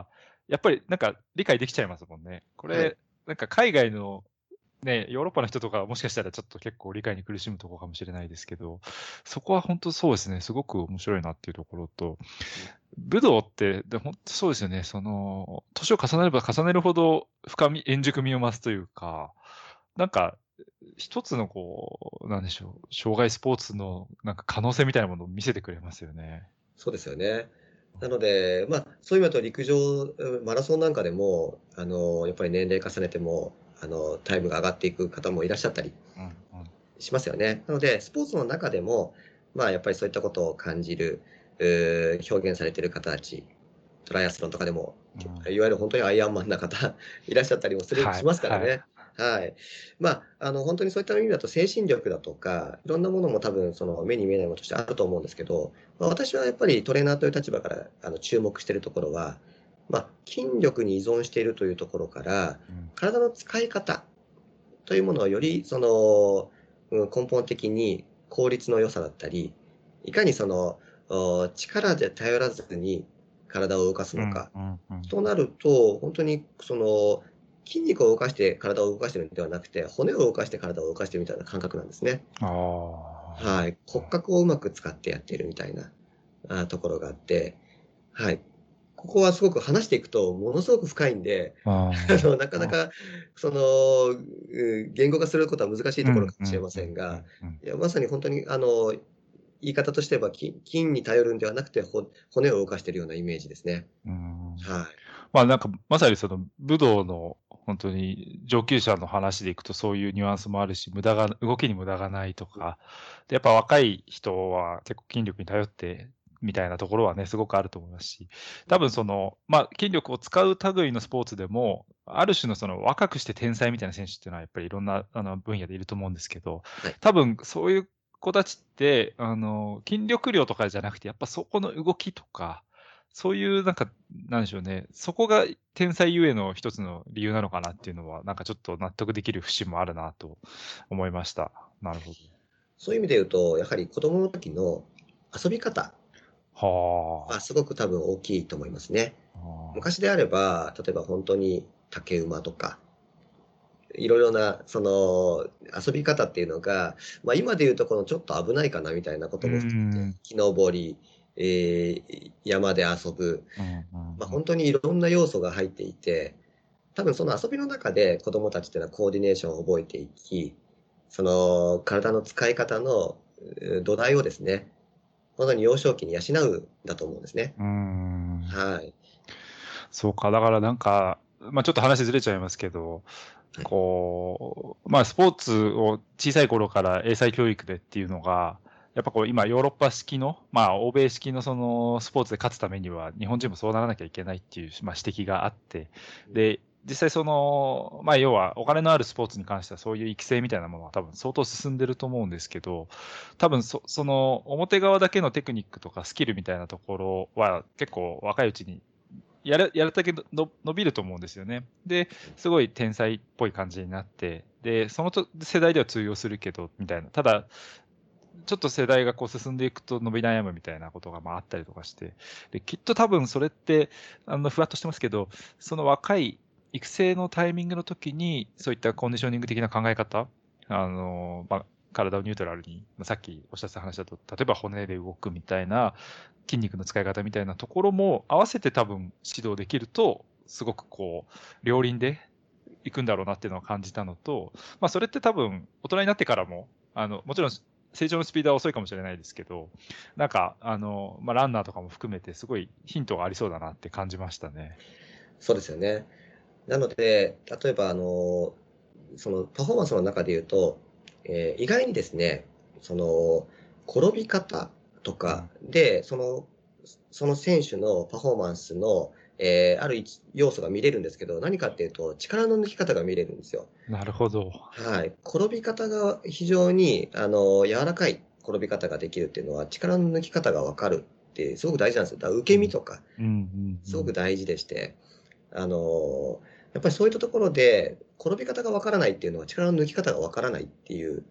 やっぱりなんか理解できちゃいますもんね。これ、 はい。 なんか海外のね、ヨーロッパの人とかはもしかしたらちょっと結構理解に苦しむところかもしれないですけど、そこは本当そうですね、すごく面白いなっていうところと、武道って、で本当そうですよね、その、年を重ねれば重ねるほど深み、円熟味を増すというか、なんか、一つのこう、なんでしょう、障害スポーツのなんか可能性みたいなものを見せてくれますよね。 そうですよね。なので、まあ、そういう意味だと陸上、うんマラソンなんかでも、あの、やっぱり年齢重ねても、あの、タイムが上がっていく方もいらっしゃったりうんうんしますよね。なので、スポーツの中でも、まあ、やっぱりそういったことを感じる、うー表現されている方たち、トライアスロンとかでも、 うんいわゆる本当にアイアンマンな方いらっしゃったりもする、 はい、 しますからはい。 ね。はい。まあ、あの、本当にそういった意味だと精神力だとか、いろんなものも多分、その目に見えないものとしてあると思うんですけど、まあ、私はやっぱりトレーナーという立場からあの注目しているところは、まあ、筋力に依存しているというところから、 うん体の使い方というものをより、その、うん根本的に効率の良さだったり、いかにその、お力で頼らずに体を動かすうんのか。 うんうんとなると、本当にその、筋肉を動かして体を動かしているのではなくて、骨を動かして体を動かしているみたいな感覚なんですね。 ああ。 はい。骨格をうまく使ってやっているみたいなあところがあって、はい。ここはすごく話していくと、ものすごく深いんで、 ああの、なかなあ。 か、その、う言語化することは難しいところうんかもしれまうんうんせんが、 うんうん。 いや、まさに本当に、あの、言い方としては、筋筋に頼るんではなくて、ほ骨を動かしているようなイメージですね。 うーん。 はい。 まあ、なんか、まさにその武道の本当に上級者の話でいくとそういうニュアンスもあるし、無駄が動きに無駄がないとか、で、やっぱ若い人は結構筋力に頼ってみたいなところはね、すごくあると思いますし、多分その、まあ、筋力を使う類のスポーツでも、ある種のその若くして天才みたいな選手っていうのはやっぱりいろんなあの分野でいると思うんですけど、 はい。 多分そういう子たちって、あの、筋力量とかじゃなくて、やっぱそこの動きとか、そういうなんか、なんでしょうね、そこが天才ゆえの一つの理由なのかなっていうのは、なんかちょっと納得できる節もあるなと思いました。なるほど。 そういう意味で言うと、やはり子供の時の遊び方ははすごく多分大きいと思いますね。 あ。あ昔であれば、例えば本当に竹馬とか、いろいろな、その、遊び方っていうのが、まあ、今で言うとこのちょっと危ないかなみたいなこうーとも含めて、 ん。 木登り、えー山で遊ぶ、 うんうんまあ、 うん。 本当にいろんな要素が入っていて、多分その遊びの中で子供たちっていうのはコーディネーションを覚えていき、その体の使い方のう土台をですね、本当に幼少期に養うんだと思うんですね。 うーん。 はい。 そうか、だからなんか、ま、ちょっと話ずれちゃいますけど、 はい。 こう、まあ、スポーツを小さい頃から英才教育でっていうのが、やっぱこう今ヨーロッパ式の、まあ、欧米式のそのスポーツで勝つためには、日本人もそうならなきゃいけないっていう、まあ、指摘があって、で、実際その、まあ、要はお金のあるスポーツに関してはそういう育成みたいなものは多分相当進んでると思うんですけど、多分そその表側だけのテクニックとかスキルみたいなところは結構若いうちにやるやるだけのの伸びると思うんですよね。で、すごい天才っぽい感じになって、で、そのと世代では通用するけどみたいな。ただ、ちょっと世代がこう進んでいくと伸び悩むみたいなことが、ま、あったりとかして、で、きっと多分それって、あの、ふわっとしてますけど、その若い育成のタイミングの時に、そういったコンディショニング的な考え方、あの、ま、体をニュートラルに、ま、さっきおっしゃってた話だと、例えば骨で動くみたいな、筋肉の使い方みたいなところも合わせて多分指導できると、すごくこう、両輪でいくんだろうなっていうのを感じたのと、ま、それって多分大人になってからも、あの、もちろん成長のスピードは遅いかもしれないですけど、なんか、あの、まあ、ランナーとかも含めてすごいヒントがありそうだなって感じましたね。 そうですよね。なので、例えば、あの、そのパフォーマンスの中で言うと、えー意外にですね、その、転び方とかうん。 で、その、その選手のパフォーマンスの、えーある一要素が見れるんですけど、何かっていうと、力の抜き方が見れるんですよ。 なるほど。 はい。転び方が非常に、あの、柔らかい転び方ができるっていうのは、力の抜き方がわかるってすごく大事なんですよ。だから受うん。 け身とか、 うんうんすうん。 ごく大事でして、あの、やっぱりそういったところで、転び方がわからないっていうのは、力の抜き方がわからないっていう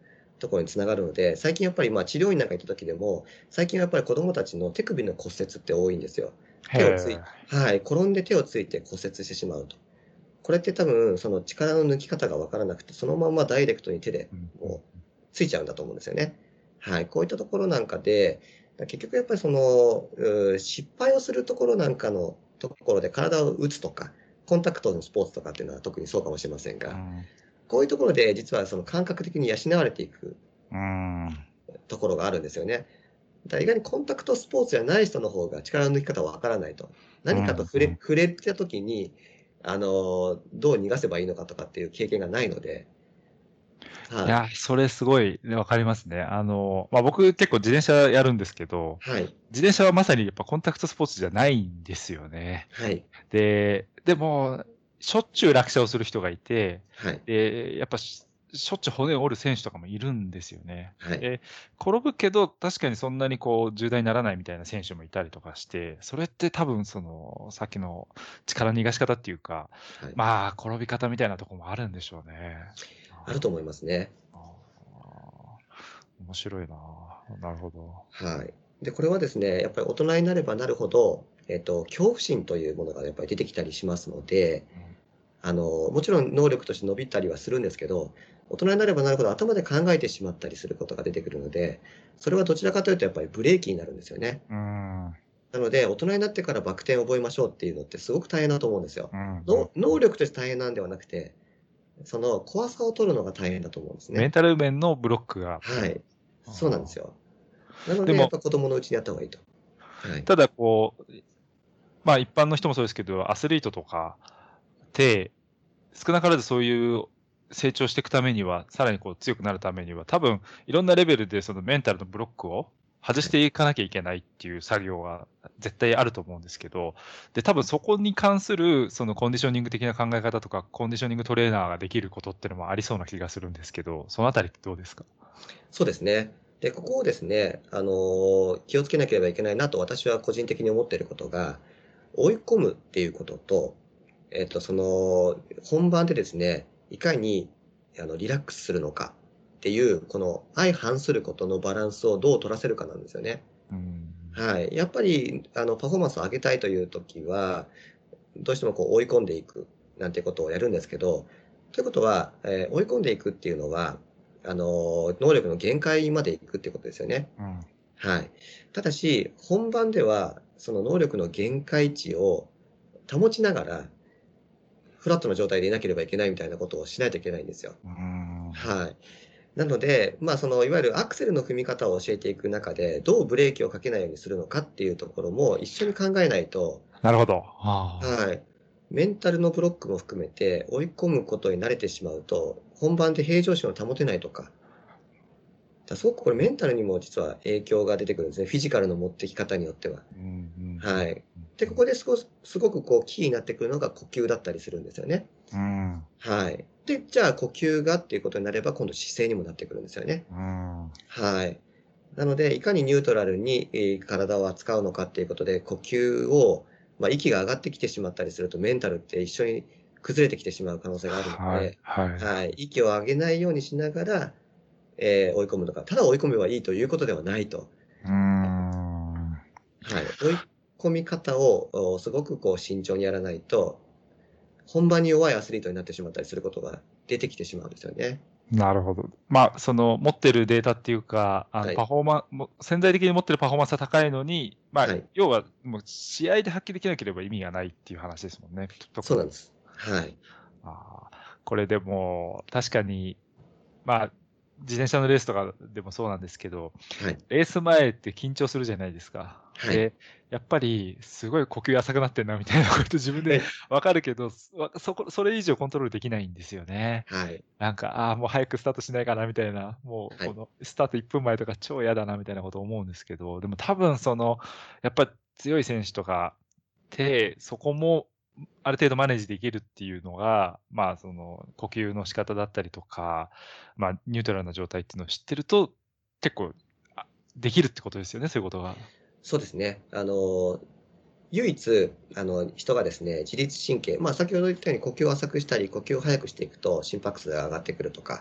ところにつながるので、最近やっぱりまあ治療院なんか行った時でも、最近はやっぱり子どもたちの手首の骨折って多いんですよ。手をつい、はい、転んで手をついて骨折してしまうと。これって多分、その力の抜き方がわからなくて、そのままダイレクトに手でもうついちゃうんだと思うんですよね。はい、こういったところなんかで、結局やっぱりその、失敗をするところなんかのところで体を打つとか、コンタクトのスポーツとかっていうのは特にそうかもしれませんが、うん、こういうところで実はその感覚的に養われていくところがあるんですよね。だから意外にコンタクトスポーツじゃない人の方が力の抜き方はわからないと。何かと触れ、うん、触れた時に、あの、どう逃がせばいいのかとかっていう経験がないので。 はい、いや、それすごいわかりますね。あの、まあ、僕結構自転車やるんですけど、はい、自転車はまさにやっぱコンタクトスポーツじゃないんですよね。はい、で、でも、しょっちゅう落車をする人がいて、はい、で、やっぱしょっちゅう骨を折る選手とかもいるんですよね。はい、で、転ぶけど確かにそんなにこう重大にならないみたいな選手もいたりとかして、それって多分そのさっきの力の逃がし方っていうか、はい、まあ転び方みたいなところもあるんでしょうね。 あると思いますね。 面白いな。なるほど。 はい。で、これはですね、やっぱり大人になればなるほど、えっと、恐怖心というものがやっぱり出てきたりしますので、うん、あの、もちろん能力として伸びたりはするんですけど、大人になればなるほど頭で考えてしまったりすることが出てくるので、それはどちらかというとやっぱりブレーキになるんですよね。うん、なので、大人になってからバク転を覚えましょうっていうのってすごく大変だと思うんですよ。うん、の能力として大変なんではなくて、その怖さを取るのが大変だと思うんですね。 メンタル面のブロックが。 はい。そうなんですよ。なので、やっぱ子供のうちにやった方がいいと。 はい、ただ、こう、まあ一般の人もそうですけど、アスリートとかって、少なからずそういう成長していくためには、さらにこう強くなるためには、多分いろんなレベルでそのメンタルのブロックを外していかなきゃいけないっていう作業が絶対あると思うんですけど、で、多分そこに関するそのコンディショニング的な考え方とか、コンディショニングトレーナーができることっていうのもありそうな気がするんですけど、そのあたりってどうですか？ そうですね。で、ここをですね、あの、気をつけなければいけないなと私は個人的に思っていることが、追い込むっていうことと、えっと、その、本番でですね、いかに、あの、リラックスするのかっていう、この相反することのバランスをどう取らせるかなんですよね。うん、はい。やっぱり、あの、パフォーマンスを上げたいというときは、どうしてもこう追い込んでいくなんてことをやるんですけど、ということは、えー、追い込んでいくっていうのは、あの、能力の限界までいくっていうことですよね。うん、はい。ただし、本番では、その能力の限界値を保ちながら、フラットな状態でいなければいけないみたいなことをしないといけないんですよ。うん、はい。なので、まあ、その、いわゆるアクセルの踏み方を教えていく中で、どうブレーキをかけないようにするのかっていうところも一緒に考えないと。 なるほど。 はい。メンタルのブロックも含めて追い込むことに慣れてしまうと、本番で平常心を保てないとか。だすごくこれメンタルにも実は影響が出てくるんですね。フィジカルの持ってき方によっては。うんうん、はい。で、ここですごすごくこうキーになってくるのが呼吸だったりするんですよね。うん、はい。で、じゃあ呼吸がっていうことになれば今度姿勢にもなってくるんですよね。うん、はい。なので、いかにニュートラルに、えー、体を扱うのかっていうことで、呼吸を、まあ、息が上がってきてしまったりすると、メンタルって一緒に崩れてきてしまう可能性があるので、はいはいはい、息を上げないようにしながら、えー、追い込むのか。ただ追い込めばいいということではないと。うーん。はい。追い込み方をすごくこう慎重にやらないと、本番に弱いアスリートになってしまったりすることが出てきてしまうんですよね。 なるほど。まあ、その持ってるデータっていうか、あの、はい、パフォーマンス、潜在的に持ってるパフォーマンスが高いのに、まあ、はい、要はもう試合で発揮できなければ意味がないっていう話ですもんね。 そうなんです。はい。 あ、これでも確かに、まあ、自転車のレースとかでもそうなんですけど、はい、レース前って緊張するじゃないですか。はい、で、やっぱりすごい呼吸浅くなってんなみたいなこと自分でわかるけど、そこ、それ以上コントロールできないんですよね。はい、なんか、ああ、もう早くスタートしないかなみたいな、もうこのスタートいっぷんまえとか超嫌だなみたいなこと思うんですけど、でも多分その、やっぱ強い選手とかって、そこもある程度マネージできるっていうのが、まあ、その呼吸の仕方だったりとか、まあ、ニュートラルな状態っていうのを知ってると、結構できるってことですよね、そういうことが。 そうですね。あの、唯一、あの、人がですね、自律神経、まあ、先ほど言ったように呼吸を浅くしたり、呼吸を速くしていくと心拍数が上がってくるとか、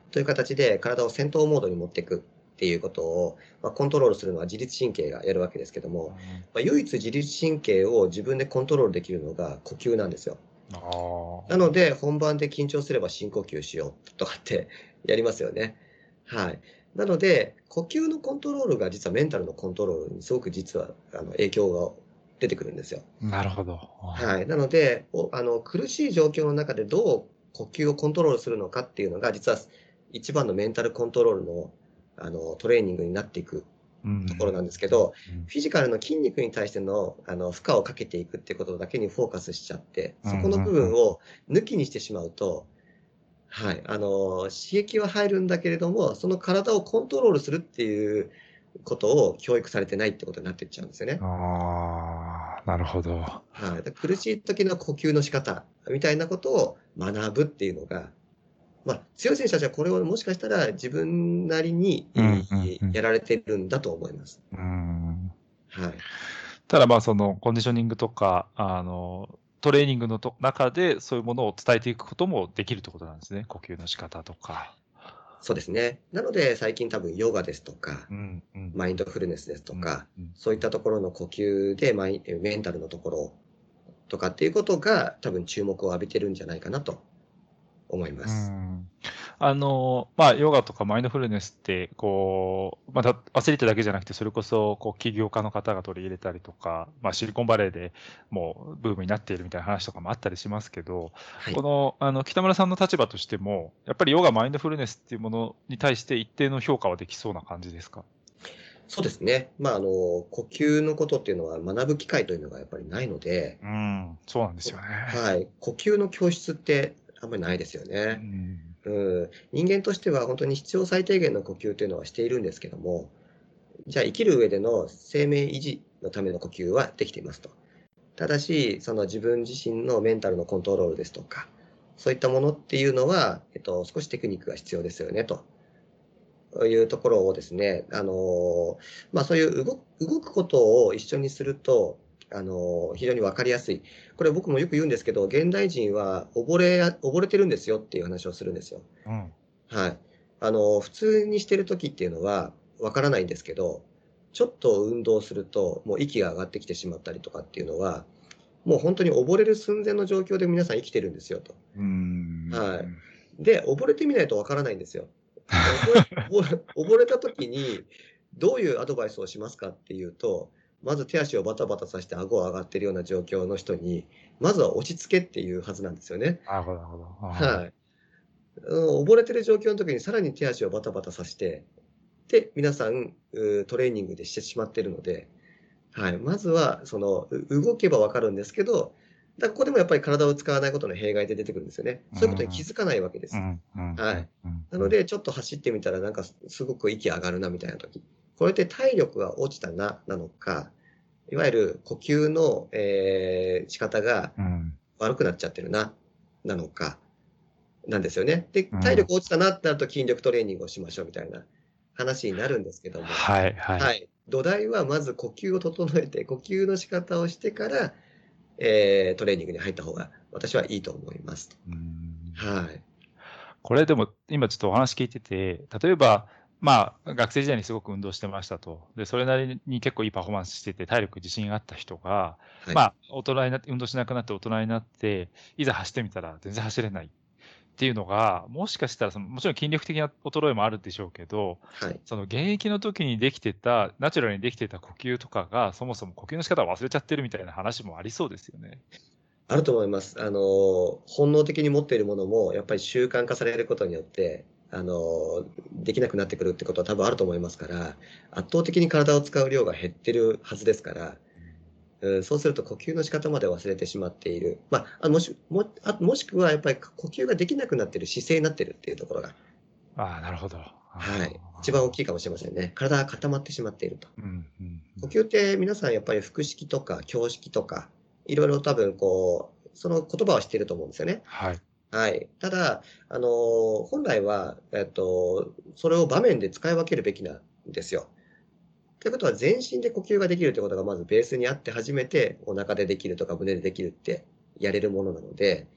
という形で体を戦闘モードに持っていくっていうことを、まあ、コントロールするのは自律神経がやるわけですけども、まあ、唯一自律神経を自分でコントロールできるのが呼吸なんですよ。 あなので、本番で緊張すれば深呼吸しようとかってやりますよね。はい。なので、呼吸のコントロールが実はメンタルのコントロールにすごく実はあの影響が出てくるんですよ。 あ、なるほど。 はい。なので、おあの苦しい状況の中でどう呼吸をコントロールするのかっていうのが、実は一番のメンタルコントロールのあのトレーニングになっていくところなんですけど、 うんフィジカルの筋肉に対してのあの負荷をかけていくっていうことだけにフォーカスしちゃって、そこの部分を抜きにしてしまうと、はい、あの刺激は入るんだけれども、その体をコントロールするっていうことを教育されてないってことになっていっちゃうんですよね。 ああ、なるほど。 はい、だから苦しい時の呼吸の仕方みたいなことを学ぶっていうのが、まあ、強い選手たちはこれをもしかしたら自分なりに、 うんうんうんやられてるんだと思います。 うんはい。 ただまあそのコンディショニングとかあのトレーニングのと中でそういうものを伝えていくこともできるってことなんですね。呼吸の仕方とか。 そうですね。なので最近多分ヨガですとか、 うんうんマインドフルネスですとか、 うんうんそういったところの呼吸でマイメンタルのところとかっていうことが多分注目を浴びてるんじゃないかなと思いまうす。 んあのまあ、ヨガとかマインドフルネスって、こう、またアスリートだけじゃなくて、それこそこう起業家の方が取り入れたりとか、まあ、シリコンバレーでもうブームになっているみたいな話とかもあったりしますけど、 はいこ。のあの北村さんの立場としても、やっぱりヨガ、マインドフルネスっていうものに対して一定の評価はできそうな感じですか？ そうですね。まあ、あの、呼吸のことっていうのは学ぶ機会というのがやっぱりないので、 うん、そうなんですよね。 はい。呼吸の教室ってあんまりないですようね。 んうん。人間としては本当に必要最低限の呼吸というのはしているんですけども、じゃあ生きる上での生命維持のための呼吸はできていますと。ただし、その自分自身のメンタルのコントロールですとか、そういったものっていうのは、えっと、少しテクニックが必要ですよね、というところをですね、あの、まあそういう動く動くことを一緒にすると、あの、非常にわかりやすい。これ僕もよく言うんですけど、現代人は溺れ、溺れてるんですよっていう話をするんですよ。 うんはい。あの、普通にしてる時っていうのはわからないんですけど、ちょっと運動すると、もう息が上がってきてしまったりとかっていうのは、もう本当に溺れる寸前の状況で皆さん生きてるんですよと。 うんはい。で、溺れてみないとわからないんですよ。溺れ溺れ溺れた時に、どういうアドバイスをしますかっていうと、まず手足をバタバタさせて顎が上がってるような状況の人に、まずは落ち着けっていうはずなんですよね。 なるほど、なるほど。 はい。うん、溺れてる状況の時にさらに手足をバタバタさせて、で、皆さん、うトレーニングでしてしまってるので、はい。まずは、その、う動けばわかるんですけど、だここでもやっぱり体を使わないことの弊害で出てくるんですよね。そういうことに気づかないわけです。 うんうんはいうんなので、ちょっと走ってみたら、なんかすすごく息上がるなみたいな時。これって体力が落ちたな、なのか、いわゆる呼吸の、えー仕方がうん悪くなっちゃってるな、なのか、なんですよね。で、 うん体力落ちたなってなると筋力トレーニングをしましょうみたいな話になるんですけども、 はいはい。 はい。土台はまず呼吸を整えて、呼吸の仕方をしてから、えートレーニングに入った方が私はいいと思いますと。 うんはい。 これでも今ちょっとお話聞いてて、例えば、まあ、学生時代にすごく運動してましたと。で、それなりに結構いいパフォーマンスしてて、体力自信があった人が、 はい。 まあ、大人になって、運動しなくなって大人になって、いざ走ってみたら全然走れないっていうのが、もしかしたらその、もちろん筋力的な衰えもあるでしょうけど、 はい。 その現役の時にできてた、ナチュラルにできてた呼吸とかが、そもそも呼吸の仕方を忘れちゃってるみたいな話もありそうですよね。 あると思います。あの、本能的に持っているものも、やっぱり習慣化されることによって、あの、できなくなってくるってことは多分あると思いますから、圧倒的に体を使う量が減ってるはずですから、うん、そうすると呼吸の仕方まで忘れてしまっている。まあ、あもし、も、あもしくはやっぱり呼吸ができなくなっている姿勢になっているっていうところが、 ああ、なるほど。 はい。一番大きいかもしれませんね。体が固まってしまっていると。 うんうん呼吸って皆さんやっぱり腹式とか胸式とか、いろいろ多分こう、その言葉は知っていると思うんですよね。 はい。 はい。ただ、あのー本来は、えっと、それを場面で使い分けるべきなんですよ。ということは、全身で呼吸ができるということがまずベースにあって初めて、お腹でできるとか胸でできるってやれるものなので、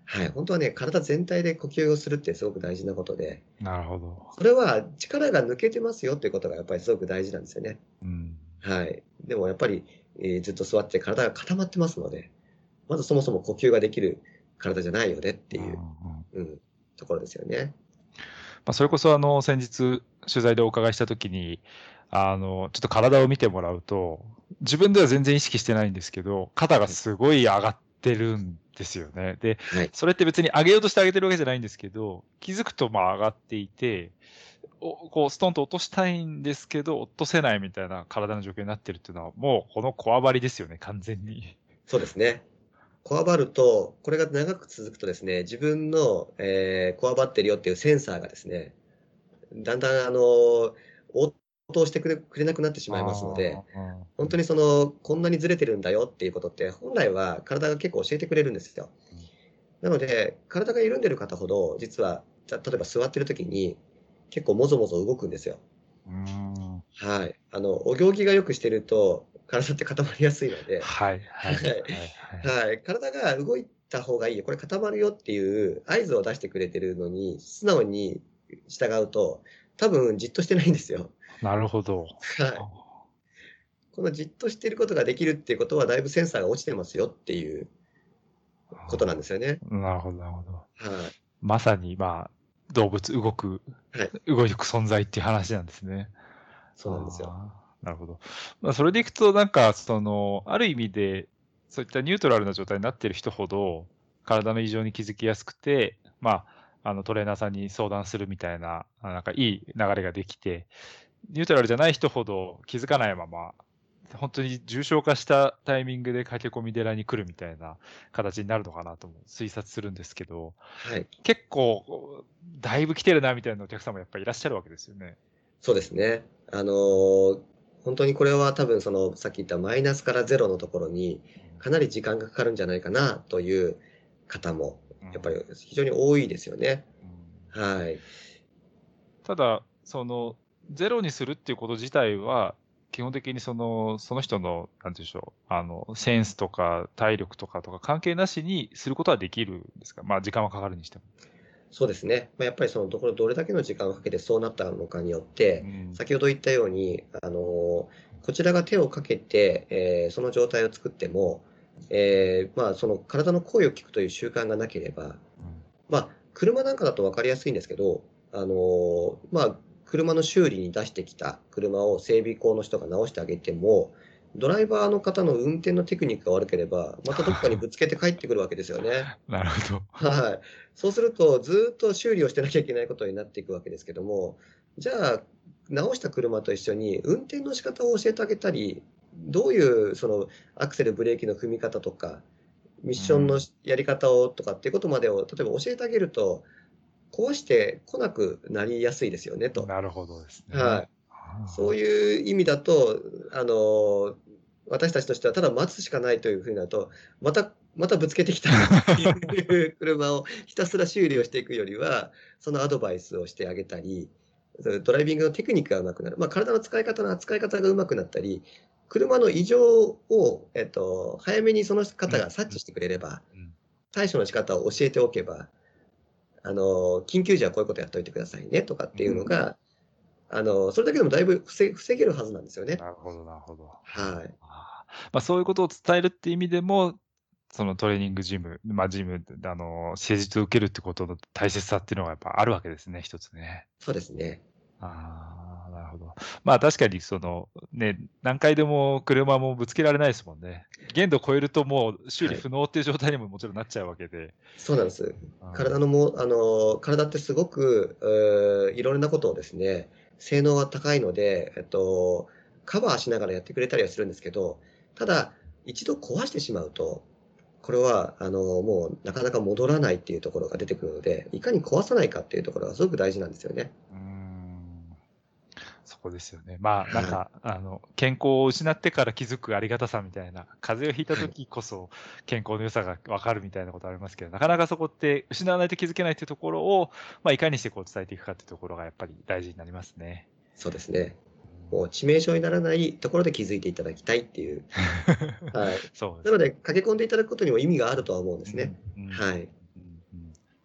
はい、本当はね、体全体で呼吸をするってすごく大事なことで、 なるほど。 それは力が抜けてますよっていうことがやっぱりすごく大事なんですよね。 うん。 はい。でもやっぱり、えーずっと座って体が固まってますので、まずそもそも呼吸ができる体じゃないよねっていう、 うんうんうん、ところですよね。 まあ、それこそあの先日取材でお伺いしたときに、あのちょっと体を見てもらうと、自分では全然意識してないんですけど、肩がすごい上がってるんですよね。で、 はい。 それって別に上げようとして上げてるわけじゃないんですけど、気づくとまあ上がっていて、おこうストンと落としたいんですけど、落とせないみたいな体の状況になってるっていうのは、もうこのこわばりですよね、完全に。 そうですね。こわばると、これが長く続くとですね、自分の、えーこわばってるよっていうセンサーがですね、だんだん、あの、応答してくれくれなくなってしまいますので、 あー本当にその、こんなにずれてるんだよっていうことって、本来は体が結構教えてくれるんですよ。なので、体が緩んでる方ほど、実は、じゃ例えば座ってる時に、結構もぞもぞ動くんですよ。 うーんはい。あの、お行儀が良くしてると、体って固まりやすいので、 はいはいはいはい。 はい。体が動いた方がいいよ。これ固まるよっていう合図を出してくれてるのに、素直に従うと、多分じっとしてないんですよ。 なるほど。 はい。このじっとしていることができるっていうことは、だいぶセンサーが落ちてますよっていうことなんですよね。 なるほど、なるほど。 はい。 まさに、まあ、動物、動く、 はい。 動く存在っていう話なんですね。 そうなんですよ。 あーなるほど。まあ、それでいくと、なんか、その、ある意味で、そういったニュートラルな状態になっている人ほど、体の異常に気づきやすくて、まあ、あのトレーナーさんに相談するみたいな、あなんかいい流れができて、ニュートラルじゃない人ほど気づかないまま、本当に重症化したタイミングで駆け込み寺に来るみたいな形になるのかなとも推察するんですけど、 はい。 結構、だいぶ来てるなみたいなお客さんもやっぱりいらっしゃるわけですよね。 そうですね。あのー本当にこれは多分その、さっき言ったマイナスからゼロのところに、かなり時間がかかるんじゃないかなという方も、やっぱり非常に多いですよね。 うんはい。 ただ、その、ゼロにするっていうこと自体は、基本的にその、その人の、なんていうんでしょう、あの、センスとか体力とかとか関係なしにすることはできるんですか？まあ、時間はかかるにしても。 そうですね。まあ、やっぱりそのところ、どれだけの時間をかけてそうなったのかによって、 うん先ほど言ったように、あのーこちらが手をかけて、えーその状態を作っても、えーまあ、その体の声を聞くという習慣がなければ、 うんまあ、車なんかだと分かりやすいんですけど、あのーまあ、車の修理に出してきた車を整備工の人が直してあげても、ドライバーの方の運転のテクニックが悪ければ、またどこかにぶつけて帰ってくるわけですよね。 なるほど。 はい。そうすると、ずっと修理をしてなきゃいけないことになっていくわけですけども、じゃあ、直した車と一緒に運転の仕方を教えてあげたり、どういうそのアクセル、ブレーキの踏み方とか、ミッションのやり方をとかっていうことまでを、例えば教えてあげると、壊してこなくなりやすいですよねと。 なるほどですね。 はい。そういう意味だと、あの、私たちとしてはただ待つしかないというふうになると、また、またぶつけてきたっていう車をひたすら修理をしていくよりは、そのアドバイスをしてあげたり、ドライビングのテクニックが上手くなる。まあ、体の使い方の扱い方が上手くなったり、車の異常を、えっと、早めにその方が察知してくれれば、 うん対処の仕方を教えておけば、あの、緊急時はこういうことやっておいてくださいねとかっていうのが、あの、それだけでもだいぶ防防げるはずなんですよね。 なるほど、なるほど。 はい。 あーまあ、そういうことを伝えるっていう意味でも、そのトレーニングジム、まあ、ジム、あの、施術を受けるってことの大切さっていうのがやっぱあるわけですね、一つね。 そうですね。 ああ、なるほど。まあ確かにその、ね、何回でも車もぶつけられないですもんね。限度超えるともう修理不能っていう状態にももちろんなっちゃうわけで。 そうなんです。 あー体のも、あの、体ってすごく、うーいろんなことをですね、性能が高いので、えっと、カバーしながらやってくれたりはするんですけど、ただ、一度壊してしまうと、これは、あの、もうなかなか戻らないっていうところが出てくるので、いかに壊さないかっていうところがすごく大事なんですよね。 うーん、そこですよね。まあなんはか、あの、健康を失ってから気づくありがたさみたいな、風邪をひいたはい時こそ健康の良さがわかるみたいなことありますけど、なかなかそこって失わないと気づけないっていうところを、まあいかにしてこう伝えていくかっていうところがやっぱり大事になりますね。 そうですね。もう致命傷にならないところで気づいていただきたいっていう。はい。 そうですなので、駆け込んでいただくことにも意味があるとは思うんですね。 うんうんはい。 うん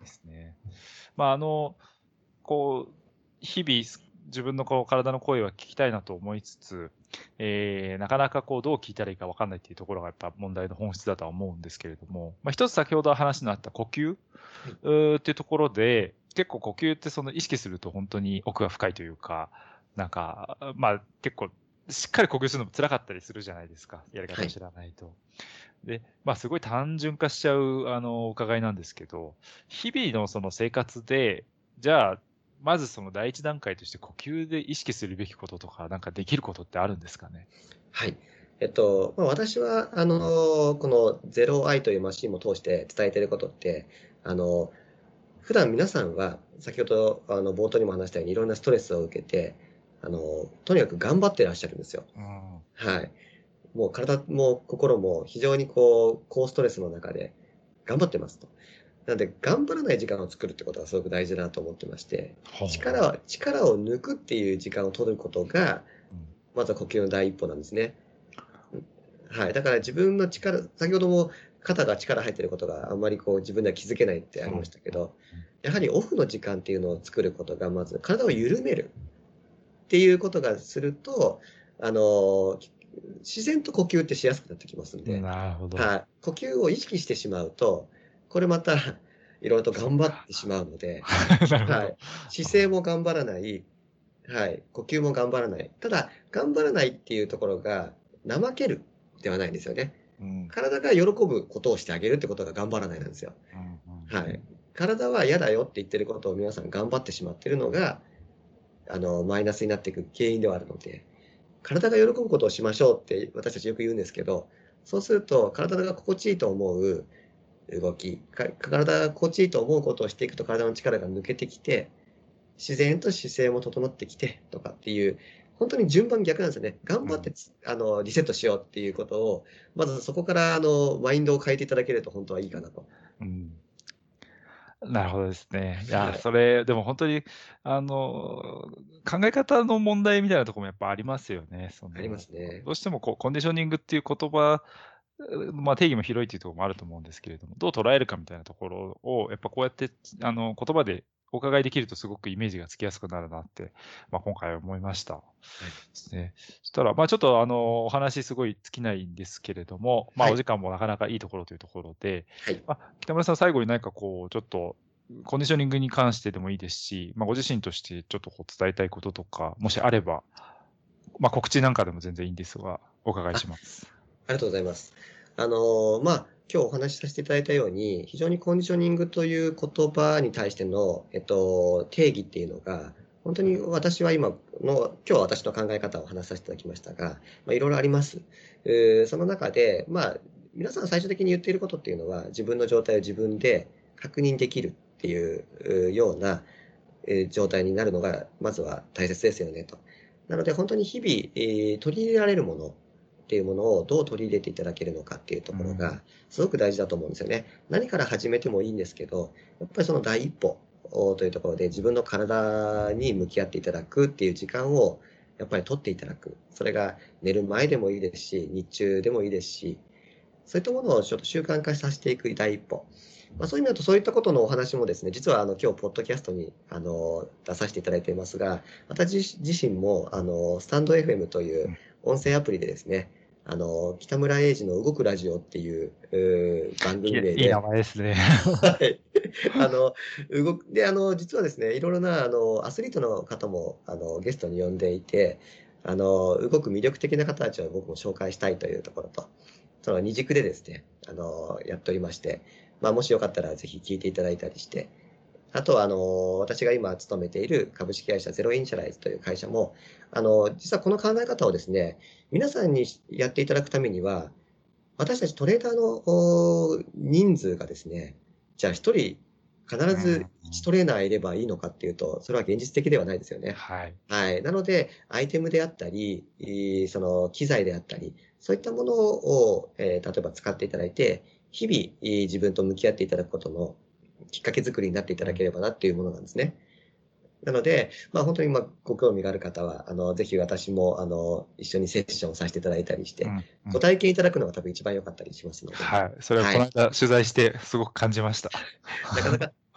ですね。まあ、あの、こう、日々、自分のこう体の声は聞きたいなと思いつつ、えーなかなかこうどう聞いたらいいか分かんないっていうところがやっぱ問題の本質だとは思うんですけれども、まあ、一つ先ほど話のあった呼吸、うーっていうところで、結構呼吸ってその意識すると本当に奥が深いというか、なんか、まあ結構しっかり呼吸するのも辛かったりするじゃないですか、やり方を知らないと。で、まあすごい単純化しちゃうあのお伺いなんですけど、日々のその生活で、じゃあ、まずその第一段階として呼吸で意識するべきこととか、なんかできることってあるんですかね。 はい。えっと、まあ、私は、あの、このゼロアイというマシンを通して伝えていることって、あの、普段皆さんは、先ほど、あの、冒頭にも話したように、いろんなストレスを受けて、あの、とにかく頑張ってらっしゃるんですよ。 うん。 はい。もう体も心も非常にこう、高ストレスの中で頑張ってますと。なので、頑張らない時間を作るってことがすごく大事だなと思ってまして、 ほう力を、力を抜くっていう時間を取ることが、 うんまずは呼吸の第一歩なんですね。はい。だから自分の力、先ほども肩が力入ってることがあんまりこう自分では気づけないってありましたけど、やはりオフの時間っていうのを作ることが、まず体を緩めるっていうことがすると、あの、自然と呼吸ってしやすくなってきますんで、 なるほど。 はい。呼吸を意識してしまうと、これまたいろいろと頑張ってしまうので、 なるほど。 はい。姿勢も頑張らない、はい。呼吸も頑張らない。ただ、頑張らないっていうところが、怠けるではないんですよね。 うん体が喜ぶことをしてあげるってことが頑張らないなんですよ。 うんうんはい。体は嫌だよって言ってることを皆さん頑張ってしまってるのが、あの、マイナスになっていく原因ではあるので、体が喜ぶことをしましょうって私たちよく言うんですけど、そうすると体が心地いいと思う動き、か体が心地いいと思うことをしていくと体の力が抜けてきて、自然と姿勢も整ってきてとかっていう、本当に順番逆なんですよね。頑張ってつ、あの、リセットしようっていうことを、まずそこからあの、マインドを変えていただけると本当はいいかなと。 うんなるほどですね。いや、 はい。 それ、でも本当に、あの、考え方の問題みたいなところもやっぱありますよね。そありまの、 すね。 どうしてもこう、コンディショニングっていう言葉、うまあ、定義も広いっていうところもあると思うんですけれども、どう捉えるかみたいなところを、やっぱこうやって、あの、言葉でお伺いできるとすごくイメージがつきやすくなるなって、まあ、今回思いました。ですね。そしたら、まあ、ちょっとあの、お話すごい尽きないんですけれども、まあ、 はいお時間もなかなかいいところというところで、 はい。 まあ、北村さん、最後に何かこう、ちょっと、コンディショニングに関してでもいいですし、まあ、ご自身としてちょっとこう伝えたいこととか、もしあれば、まあ、告知なんかでも全然いいんですが、お伺いします。 ありがとうございます。あの、まあ、今日お話しさせていただいたように、非常にコンディショニングという言葉に対しての、えっと、定義っていうのが、本当に私は今の、今日は私の考え方を話させていただきましたが、まあ、いろいろあります。えーその中で、まあ、皆さん最終的に言っていることっていうのは、自分の状態を自分で確認できるっていうえーような、えー状態になるのが、まずは大切ですよね、と。なので、本当に日々、えー取り入れられるものっていうものをどう取り入れていただけるのかっていうところが、すごく大事だと思うんですよね。何から始めてもいいんですけど、やっぱりその第一歩というところで自分の体に向き合っていただくっていう時間をやっぱり取っていただく。それが寝る前でもいいですし、日中でもいいですし、そういったものをちょっと習慣化させていく第一歩。まあ、そういう意味だとそういったことのお話もですね、実はあの今日ポッドキャストにあの出させていただいていますが、私自身もあのスタンド エフエム という音声アプリでですね、あの北村英二の動くラジオっていううー番いい組名で、 いい名前ですね。 はい。あの、動く、で、あの、実はですね、いろいろな、あの、アスリートの方も、あの、ゲストに呼んでいて、あの、動く魅力的な方たちを僕も紹介したいというところと、その二軸でですね、あの、やっておりまして、まあ、もしよかったらぜひ聞いていただいたりして、あとは、あの、私が今勤めている株式会社ゼロインシャライズという会社も、あの、実はこの考え方をですね、皆さんにやっていただくためには、私たちトレーダーのお人数がですね、じゃあ一人必ずいちトレーナーいればいいのかっていうと、それは現実的ではないですよね。 はい。 はい。なので、アイテムであったり、えーその機材であったり、そういったものを、えー例えば使っていただいて、日々、えー自分と向き合っていただくことのきっかけ作りになっていただければなっていうものなんですね。なので、まあ本当にまあご興味がある方は、あの、ぜひ私も、あの、一緒にセッションをさせていただいたりして、 うんうんご体験いただくのが多分一番良かったりしますので、 はい。それははい。 この間取材してすごく感じました。 なかなか、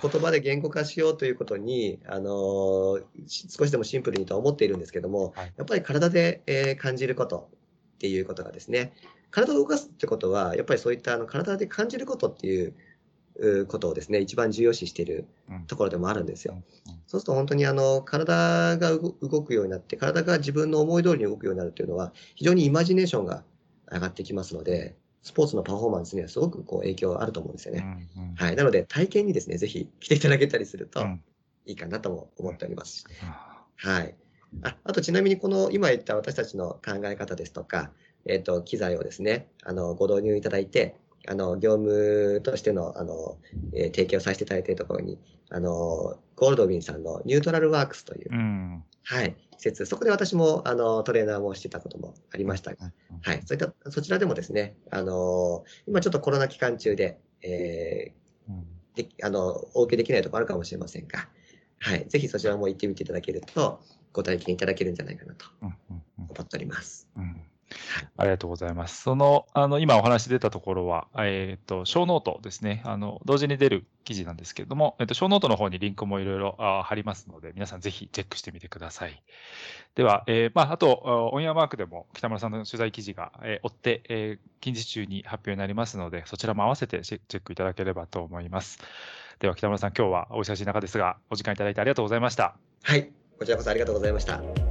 言葉で言語化しようということに、あのし少しでもシンプルにとは思っているんですけども、 はいやっぱり体で、えー感じることっていうことがですね、体を動かすってことは、やっぱりそういったあの体で感じることっていううことをですね、一番重要視しているうんところでもあるんですよ。 うんそうすると本当にあの体が動動くようになって、体が自分の思い通りに動くようになるというのは、非常にイマジネーションが上がってきますので、スポーツのパフォーマンスにはすごくこう影響あると思うんですようね。 んうんはい。なので、体験にですね、ぜひ来ていただけたりするとうんいいかなとも思っております。 あはい。ああと、ちなみにこの今言った私たちの考え方ですとか、えっと、機材をですね、あの、ご導入いただいて、あの、業務としての、あの、えー提携をさせていただいているところに、あの、ゴールドウィンさんのニュートラルワークスという、 うんはい、施設、そこで私も、あの、トレーナーもしてたこともありましたが、 うんはい、そういった、そちらでもですね、あの、今ちょっとコロナ期間中で、えうんーであの、お受けできないところあるかもしれませんが、はい、ぜひそちらも行ってみていただけると、ご体験いただけるんじゃないかなとうんうんうん思っております。 うんはい。 ありがとうございます。その、あの、今お話出たところは、えっと、小ノートですね。あの、同時に出る記事なんですけれども、えっと、小ノートの方にリンクもいろいろあ貼りますので、皆さんぜひチェックしてみてください。では、えーまあ、あと、あオンエアマークでも北村さんの取材記事が、えー追って、えー近日中に発表になりますので、そちらも合わせてチェチェックいただければと思います。では、北村さん、今日はお忙しい中ですが、お時間いただいてありがとうございました。 はい。こちらこそありがとうございました。